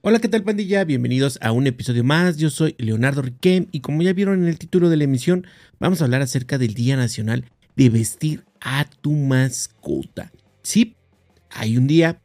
Hola, ¿qué tal, pandilla? Bienvenidos a un episodio más. Yo soy Leonardo Riquem y como ya vieron en el título de la emisión, vamos a hablar acerca del Día Nacional de Vestir a tu Mascota. Sí, hay un día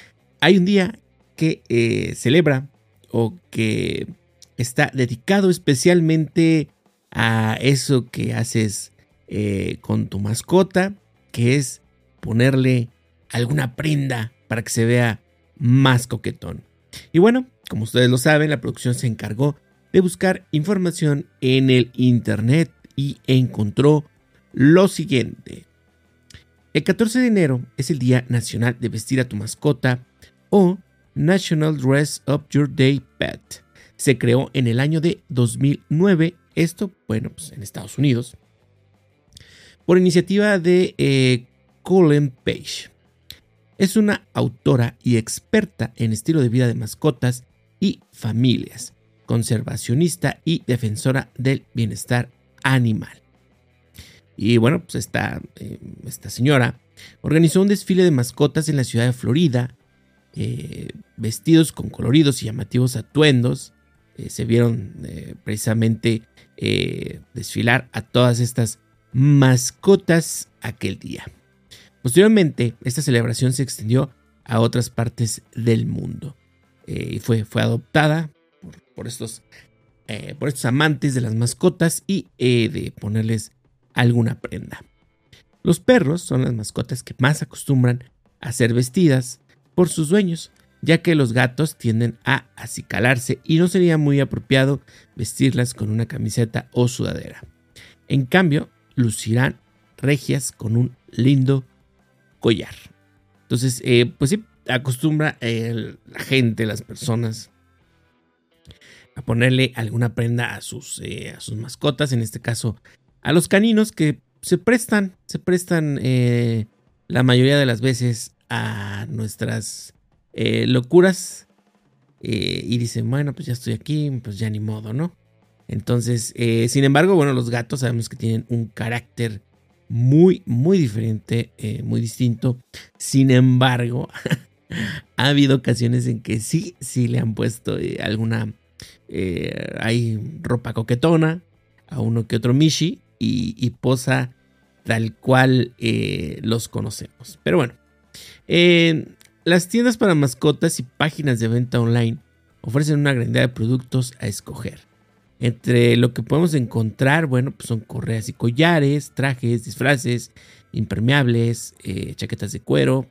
que celebra o que está dedicado especialmente a eso que haces con tu mascota, que es ponerle alguna prenda para que se vea más coquetón. Y bueno, como ustedes lo saben, la producción se encargó de buscar información en el internet y encontró lo siguiente. El 14 de enero es el Día Nacional de Vestir a tu Mascota o National Dress Up Your Day Pet. Se creó en el año de 2009, esto, bueno, pues en Estados Unidos, por iniciativa de Colin Page. Es una autora y experta en estilo de vida de mascotas y familias, conservacionista y defensora del bienestar animal. Y bueno, pues esta señora organizó un desfile de mascotas en la ciudad de Florida, vestidos con coloridos y llamativos atuendos. Se vieron precisamente desfilar a todas estas mascotas aquel día. Posteriormente, esta celebración se extendió a otras partes del mundo y fue adoptada por estos amantes de las mascotas y de ponerles alguna prenda. Los perros son las mascotas que más acostumbran a ser vestidas por sus dueños, ya que los gatos tienden a acicalarse y no sería muy apropiado vestirlas con una camiseta o sudadera. En cambio, lucirán regias con un lindo collar. Entonces, pues sí, acostumbra la gente, las personas, a ponerle alguna prenda a sus mascotas, en este caso a los caninos, que se prestan la mayoría de las veces a nuestras locuras y dicen, bueno, pues ya estoy aquí, pues ya ni modo, ¿no? Entonces, sin embargo, bueno, los gatos sabemos que tienen un carácter muy, muy diferente, muy distinto. Sin embargo, ha habido ocasiones en que sí le han puesto alguna, hay ropa coquetona a uno que otro Mishi y posa tal cual los conocemos. Pero bueno, las tiendas para mascotas y páginas de venta online ofrecen una gran cantidad de productos a escoger. Entre lo que podemos encontrar, bueno, pues son correas y collares, trajes, disfraces, impermeables, chaquetas de cuero,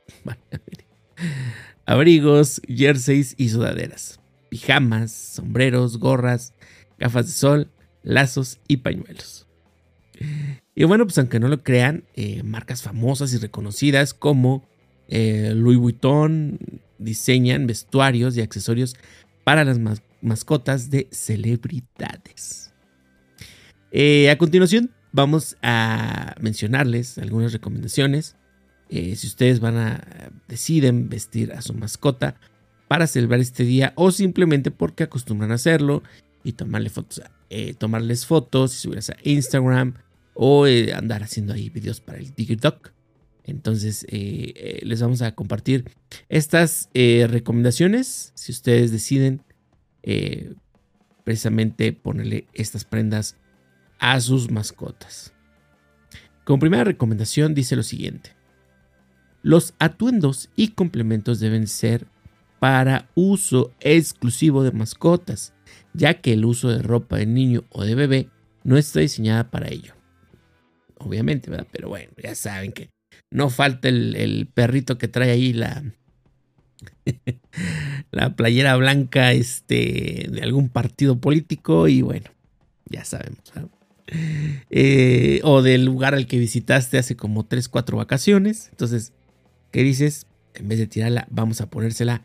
abrigos, jerseys y sudaderas, pijamas, sombreros, gorras, gafas de sol, lazos y pañuelos. Y bueno, pues aunque no lo crean, marcas famosas y reconocidas como Louis Vuitton diseñan vestuarios y accesorios para las mascotas de celebridades. A continuación vamos a mencionarles algunas recomendaciones. Si ustedes deciden vestir a su mascota para celebrar este día o simplemente porque acostumbran a hacerlo y tomarles fotos y subirlas a Instagram o andar haciendo ahí videos para el TikTok. Entonces les vamos a compartir estas recomendaciones si ustedes deciden precisamente ponerle estas prendas a sus mascotas. Como primera recomendación dice lo siguiente: los atuendos y complementos deben ser para uso exclusivo de mascotas, ya que el uso de ropa de niño o de bebé no está diseñada para ello. Obviamente, ¿verdad? Pero bueno, ya saben que no falta el perrito que trae ahí la playera blanca de algún partido político y bueno, ya sabemos, ¿no? O del lugar al que visitaste hace como 3-4 vacaciones. Entonces, ¿qué dices? En vez de tirarla, vamos a ponérsela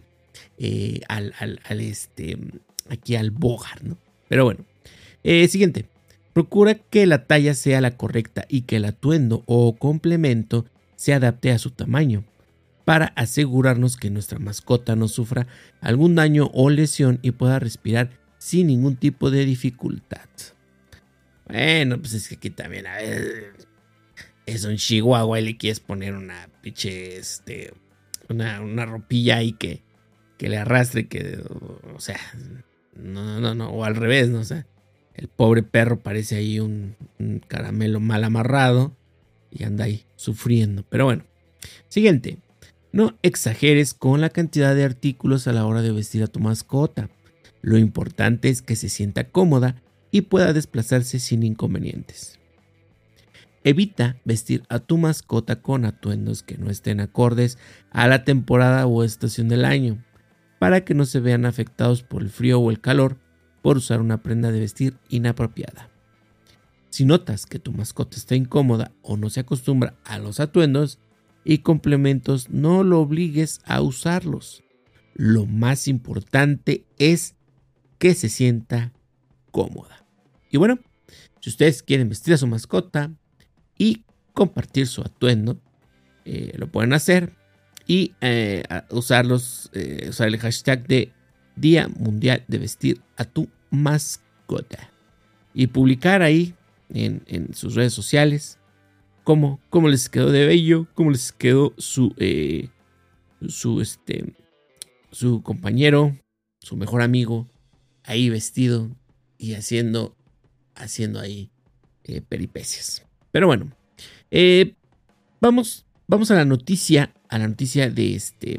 aquí al bogar, ¿no? Pero bueno, siguiente. Procura que la talla sea la correcta y que el atuendo o complemento se adapte a su tamaño, para asegurarnos que nuestra mascota no sufra algún daño o lesión y pueda respirar sin ningún tipo de dificultad. Bueno, pues es que aquí también, a ver, es un chihuahua y le quieres poner una pinche, una ropilla ahí que que le arrastre, o sea, no, o al revés, ¿no? O sea, el pobre perro parece ahí un caramelo mal amarrado y anda ahí sufriendo. Pero bueno, siguiente. No exageres con la cantidad de artículos a la hora de vestir a tu mascota. Lo importante es que se sienta cómoda y pueda desplazarse sin inconvenientes. Evita vestir a tu mascota con atuendos que no estén acordes a la temporada o estación del año, para que no se vean afectados por el frío o el calor por usar una prenda de vestir inapropiada. Si notas que tu mascota está incómoda o no se acostumbra a los atuendos y complementos, no lo obligues a usarlos. Lo más importante es que se sienta cómoda. Y bueno, si ustedes quieren vestir a su mascota y compartir su atuendo, lo pueden hacer y usar el hashtag de Día Mundial de Vestir a tu Mascota y publicar ahí en sus redes sociales cómo les quedó de bello, cómo les quedó su compañero, su mejor amigo ahí vestido y haciendo ahí peripecias. Pero bueno, vamos a la noticia de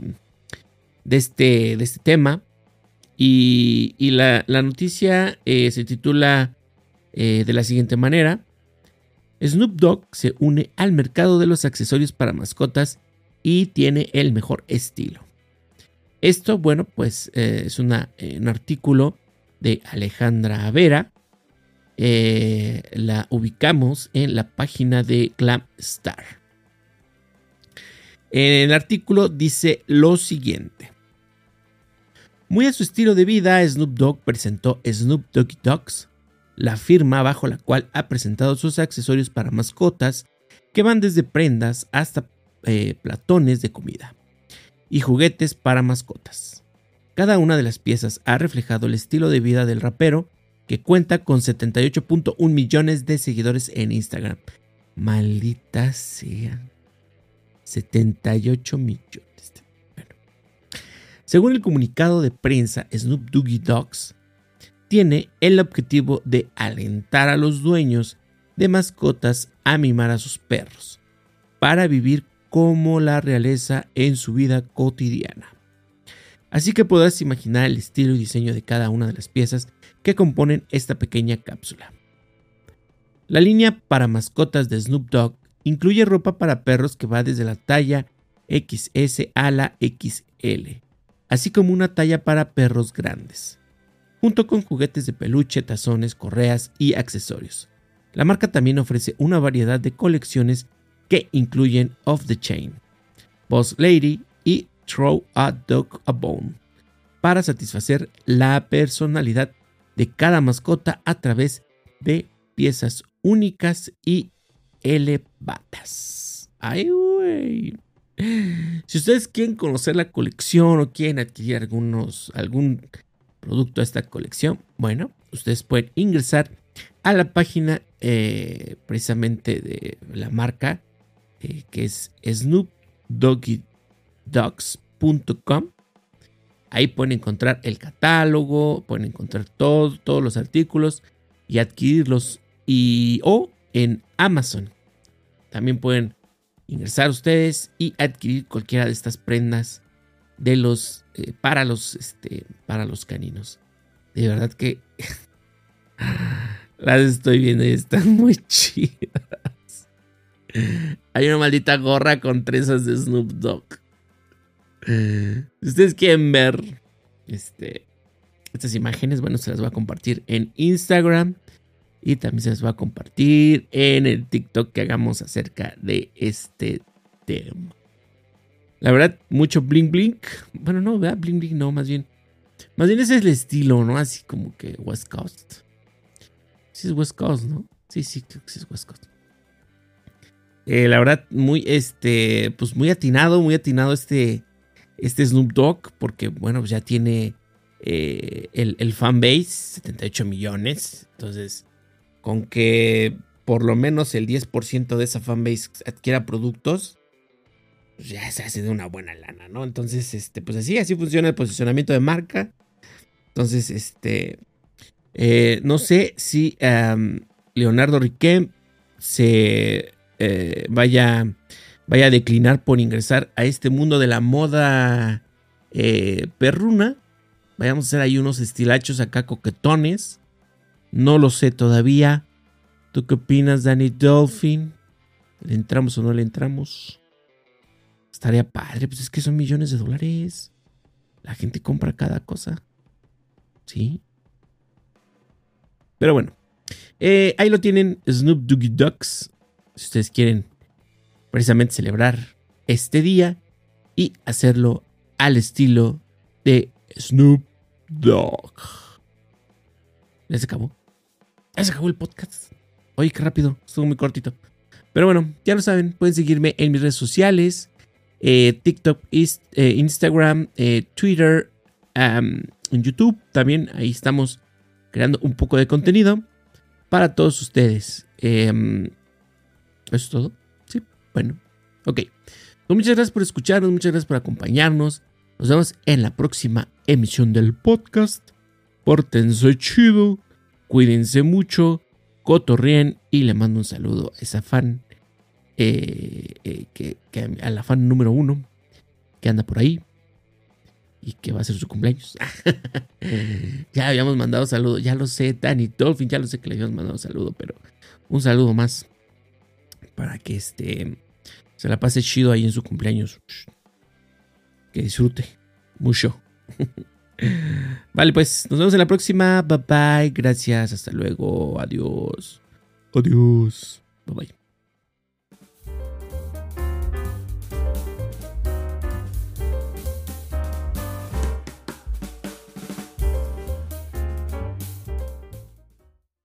este tema. Y la noticia se titula de la siguiente manera: Snoop Dogg se une al mercado de los accesorios para mascotas y tiene el mejor estilo. Esto, bueno, pues es un artículo de Alejandra Vera. La ubicamos en la página de Glamstar. En el artículo dice lo siguiente: muy a su estilo de vida, Snoop Dogg presentó Snoop Doggy Dogs, la firma bajo la cual ha presentado sus accesorios para mascotas, que van desde prendas hasta platones de comida y juguetes para mascotas. Cada una de las piezas ha reflejado el estilo de vida del rapero, que cuenta con 78.1 millones de seguidores en Instagram. Maldita sea. 78 millones. Bueno. Según el comunicado de prensa, Snoop Doggy Dogs tiene el objetivo de alentar a los dueños de mascotas a mimar a sus perros, para vivir como la realeza en su vida cotidiana. Así que podrás imaginar el estilo y diseño de cada una de las piezas que componen esta pequeña cápsula. La línea para mascotas de Snoop Dogg incluye ropa para perros que va desde la talla XS a la XL, así como una talla para perros grandes, junto con juguetes de peluche, tazones, correas y accesorios. La marca también ofrece una variedad de colecciones que incluyen Off the Chain, Boss Lady y Throw a Dog a Bone, para satisfacer la personalidad de cada mascota a través de piezas únicas y elevadas. ¡Ay, güey! Si ustedes quieren conocer la colección o quieren adquirir algún producto de esta colección, bueno, ustedes pueden ingresar a la página precisamente de la marca, que es snoopdoggydogs.com. Ahí pueden encontrar el catálogo, pueden encontrar todos los artículos y adquirirlos, o en Amazon. También pueden ingresar ustedes y adquirir cualquiera de estas prendas para los caninos. De verdad que las estoy viendo y están muy chidas. Hay una maldita gorra con trenzas de Snoop Dogg. Si ustedes quieren ver estas imágenes, bueno, se las voy a compartir en Instagram y también se las voy a compartir en el TikTok que hagamos acerca de este tema. La verdad, mucho bling bling. Bueno, no, ¿verdad? Bling bling no, más bien ese es el estilo, ¿no? Así como que West Coast. Sí es West Coast, ¿no? Sí, creo que sí es West Coast. La verdad, pues muy atinado este Snoop Dogg, porque bueno, pues ya tiene el fanbase, 78 millones. Entonces, con que por lo menos el 10% de esa fanbase adquiera productos, pues ya se hace de una buena lana, ¿no? Entonces, pues así funciona el posicionamiento de marca. Entonces, no sé si Leonardo Riquet se vaya a declinar por ingresar a este mundo de la moda perruna. Vayamos a hacer ahí unos estilachos acá coquetones. No lo sé todavía. ¿Tú qué opinas, Danny Dolphin? ¿Le entramos o no le entramos? Estaría padre, pues es que son millones de dólares. La gente compra cada cosa. Sí. Pero bueno. Ahí lo tienen, Snoop Doggy Ducks. Si ustedes quieren precisamente celebrar este día y hacerlo al estilo de Snoop Dogg. Ya se acabó. Ya se acabó el podcast. Oye, qué rápido. Estuvo muy cortito. Pero bueno, ya lo saben. Pueden seguirme en mis redes sociales. TikTok, Instagram, Twitter, en YouTube. También ahí estamos creando un poco de contenido para todos ustedes. ¿Eso es todo? Sí, bueno. Ok. Pues muchas gracias por escucharnos. Muchas gracias por acompañarnos. Nos vemos en la próxima emisión del podcast. Pórtense chido. Cuídense mucho. Cotorreen. Y le mando un saludo a esa fan. A la fan número 1. Que anda por ahí. Y que va a ser su cumpleaños. Ya habíamos mandado saludo. Ya lo sé, Danny Dolphin. Ya lo sé que le habíamos mandado saludo. Pero un saludo más. Para que se la pase chido ahí en su cumpleaños. Que disfrute mucho. Vale, pues nos vemos en la próxima. Bye bye. Gracias. Hasta luego. Adiós. Adiós. Bye bye.